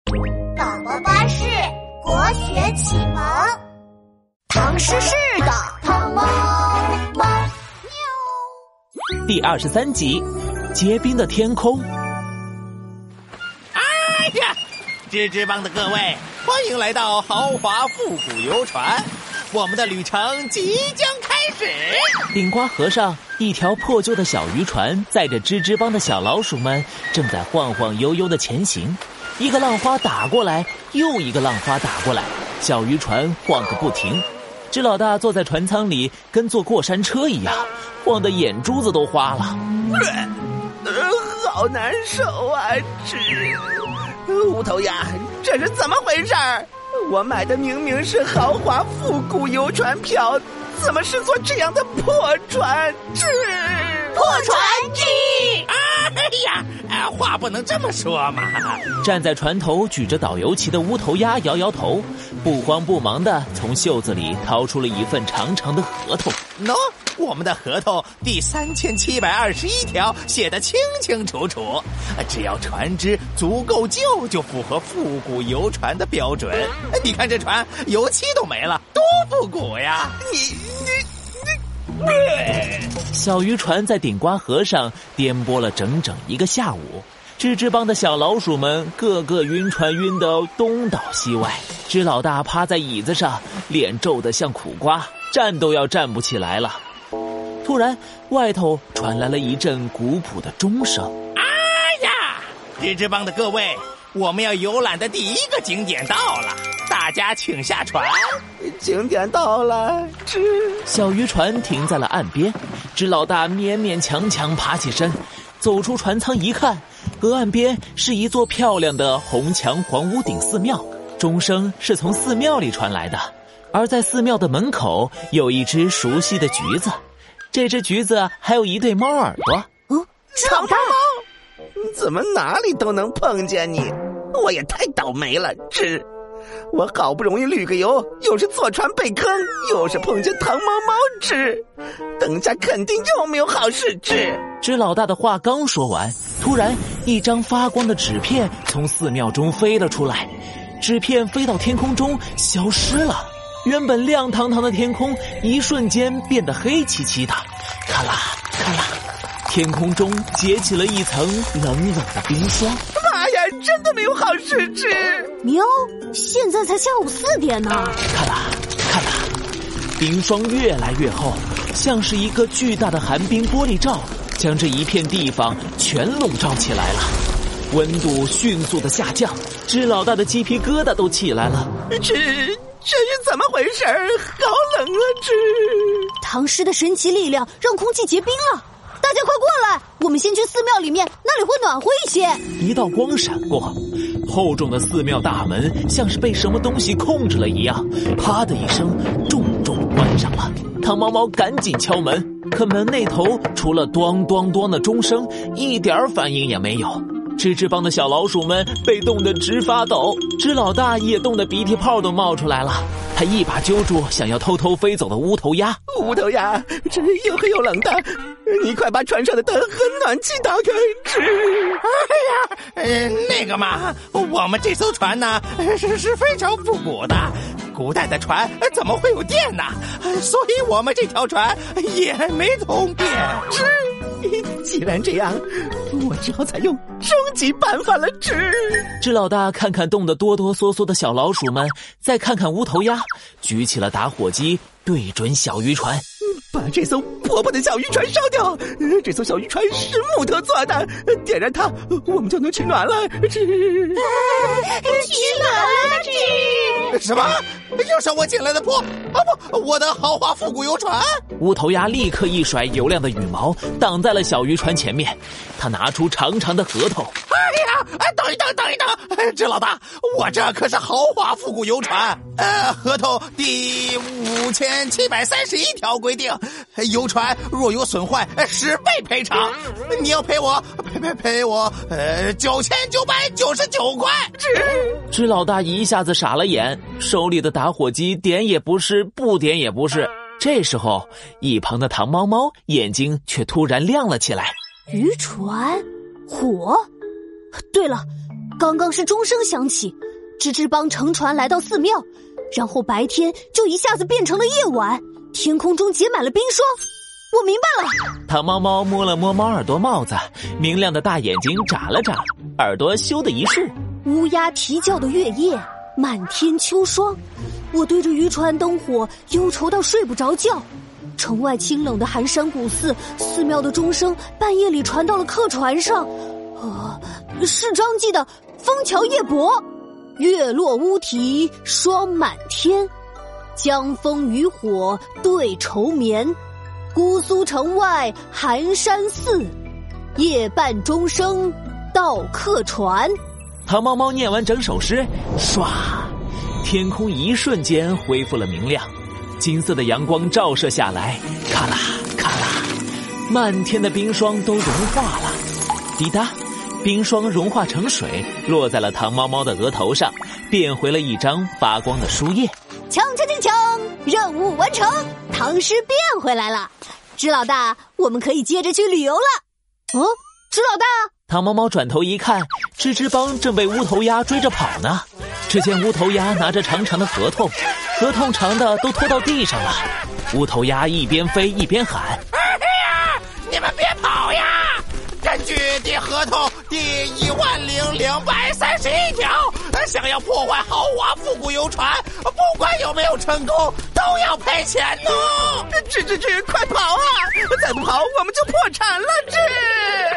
宝宝巴士国学启蒙，唐诗是的汤猫猫喵。 第23集，结冰的天空。 哎呀，芝芝帮的各位，欢迎来到豪华复古游船，我们的旅程即将开始。 顶瓜河上，一条破旧的小渔船载着芝芝帮的小老鼠们，正在晃晃悠悠地前行。一个浪花打过来，又一个浪花打过来，小渔船晃个不停。芝老大坐在船舱里，跟坐过山车一样，晃得眼珠子都花了。 好难受啊！乌头鸭，这是怎么回事儿？我买的明明是豪华复古游船票，怎么是坐这样的破船？ 破船之哎呀，话不能这么说嘛！ 站在船头举着导游旗的乌头鸭摇摇头，不慌不忙地从袖子里掏出了一份长长的合同。 喏，我们的合同第3721条写得清清楚楚，只要船只足够旧，就符合复古游船的标准。你看这船油漆都没了，多复古呀！ 小渔船在顶瓜河上颠簸了整整一个下午，芝芝帮的小老鼠们个个晕船晕得东倒西歪。芝老大趴在椅子上，脸皱得像苦瓜，站都要站不起来了。突然，外头传来了一阵古朴的钟声。 哎呀，芝芝帮的各位，我们要游览的第一个景点到了，大家请下船。 景点到了， 小渔船停在了岸边，芝老大勉勉强强爬起身，走出船舱一看，河岸边是一座漂亮的红墙黄屋顶寺庙，钟声是从寺庙里传来的，而在寺庙的门口有一只熟悉的橘子，这只橘子还有一对猫耳朵。 长毛猫，怎么哪里都能碰见你？我也太倒霉了，我好不容易旅个游，又是坐船被坑，又是碰见糖猫猫，等下肯定又没有好事。 芝老大的话刚说完，突然一张发光的纸片从寺庙中飞了出来，纸片飞到天空中消失了，原本亮堂堂的天空一瞬间变得黑漆漆的，咔啦咔啦，天空中结起了一层冷冷的冰霜。 妈呀，真的没有好事喵，现在才下午4点呢。 看啦看啦，冰霜越来越厚，像是一个巨大的寒冰玻璃罩，将这一片地方全笼罩起来了。温度迅速的下降，芝老大的鸡皮疙瘩都起来了。 这是怎么回事？好冷啊！ 唐诗的神奇力量让空气结冰了。大家快过来，我们先去寺庙里面，那里会暖和一些。 一道光闪过，厚重的寺庙大门像是被什么东西控制了一样，啪的一声重重关上了。糖猫猫赶紧敲门，可门那头除了咚咚咚的钟声，一点反应也没有。芝芝帮的小老鼠们被冻得直发抖，芝老大也冻得鼻涕泡都冒出来了。他一把揪住想要偷偷飞走的乌头鸭。 乌头鸭，这又黑又冷的，你快把船上的灯和暖气打开。 那个嘛，我们这艘船呢是非常复古的，古代的船怎么会有电呢？所以我们这条船也没通电。 既然这样，我只好采用终极办法了。 芝老大看看冻得哆哆嗦嗦的小老鼠们，再看看乌头鸭，举起了打火机对准小渔船， 把这艘破破的小渔船烧掉。这艘小渔船是木头做的，点燃它，我们就能取暖了。 取暖了。 什么？又是我捡来的破？不，我的豪华复古游船！ 乌头鸭立刻一甩油亮的羽毛，挡在了小渔船前面。他拿出长长的合同。 等一等，芝老大，我这可是豪华复古游船。合同第5731条规定，游船若有损坏，10倍赔偿。你要赔我9999块。 芝老大一下子傻了眼，手里的打火机点也不是，不点也不是。这时候，一旁的糖猫猫眼睛却突然亮了起来。 渔船，火。对了， 刚刚是钟声响起，吱吱帮乘船来到寺庙，然后白天就一下子变成了夜晚，天空中结满了冰霜。我明白了。 糖猫猫摸了摸猫耳朵帽子，明亮的大眼睛眨了眨，耳朵羞得一竖。 乌鸦啼叫的月夜，满天秋霜。我对着渔船灯火忧愁到睡不着觉。城外清冷的寒山古寺，寺庙的钟声半夜里传到了客船上。是张继的《枫桥夜泊》。月落乌啼霜满天，江枫渔火对愁眠。姑苏城外寒山寺，夜半钟声到客船。 糖猫猫念完整首诗，唰，天空一瞬间恢复了明亮，金色的阳光照射下来，咔啦咔啦，漫天的冰霜都融化了。滴答，冰霜融化成水，落在了糖猫猫的额头上，变回了一张发光的书页。 锵锵锵锵，任务完成，唐诗变回来了。支老大，我们可以接着去旅游了。支老大！ 糖猫猫转头一看，吱吱帮正被乌头鸭追着跑呢。只见乌头鸭拿着长长的合同，合同长的都拖到地上了。乌头鸭一边飞一边喊： 哎呀，你们别跑呀！根据第合同第1000131条，想要破坏豪华复古游船，不管有没有成功，都要赔钱哦！ 吱，快跑啊！再不跑我们就破产了，吱！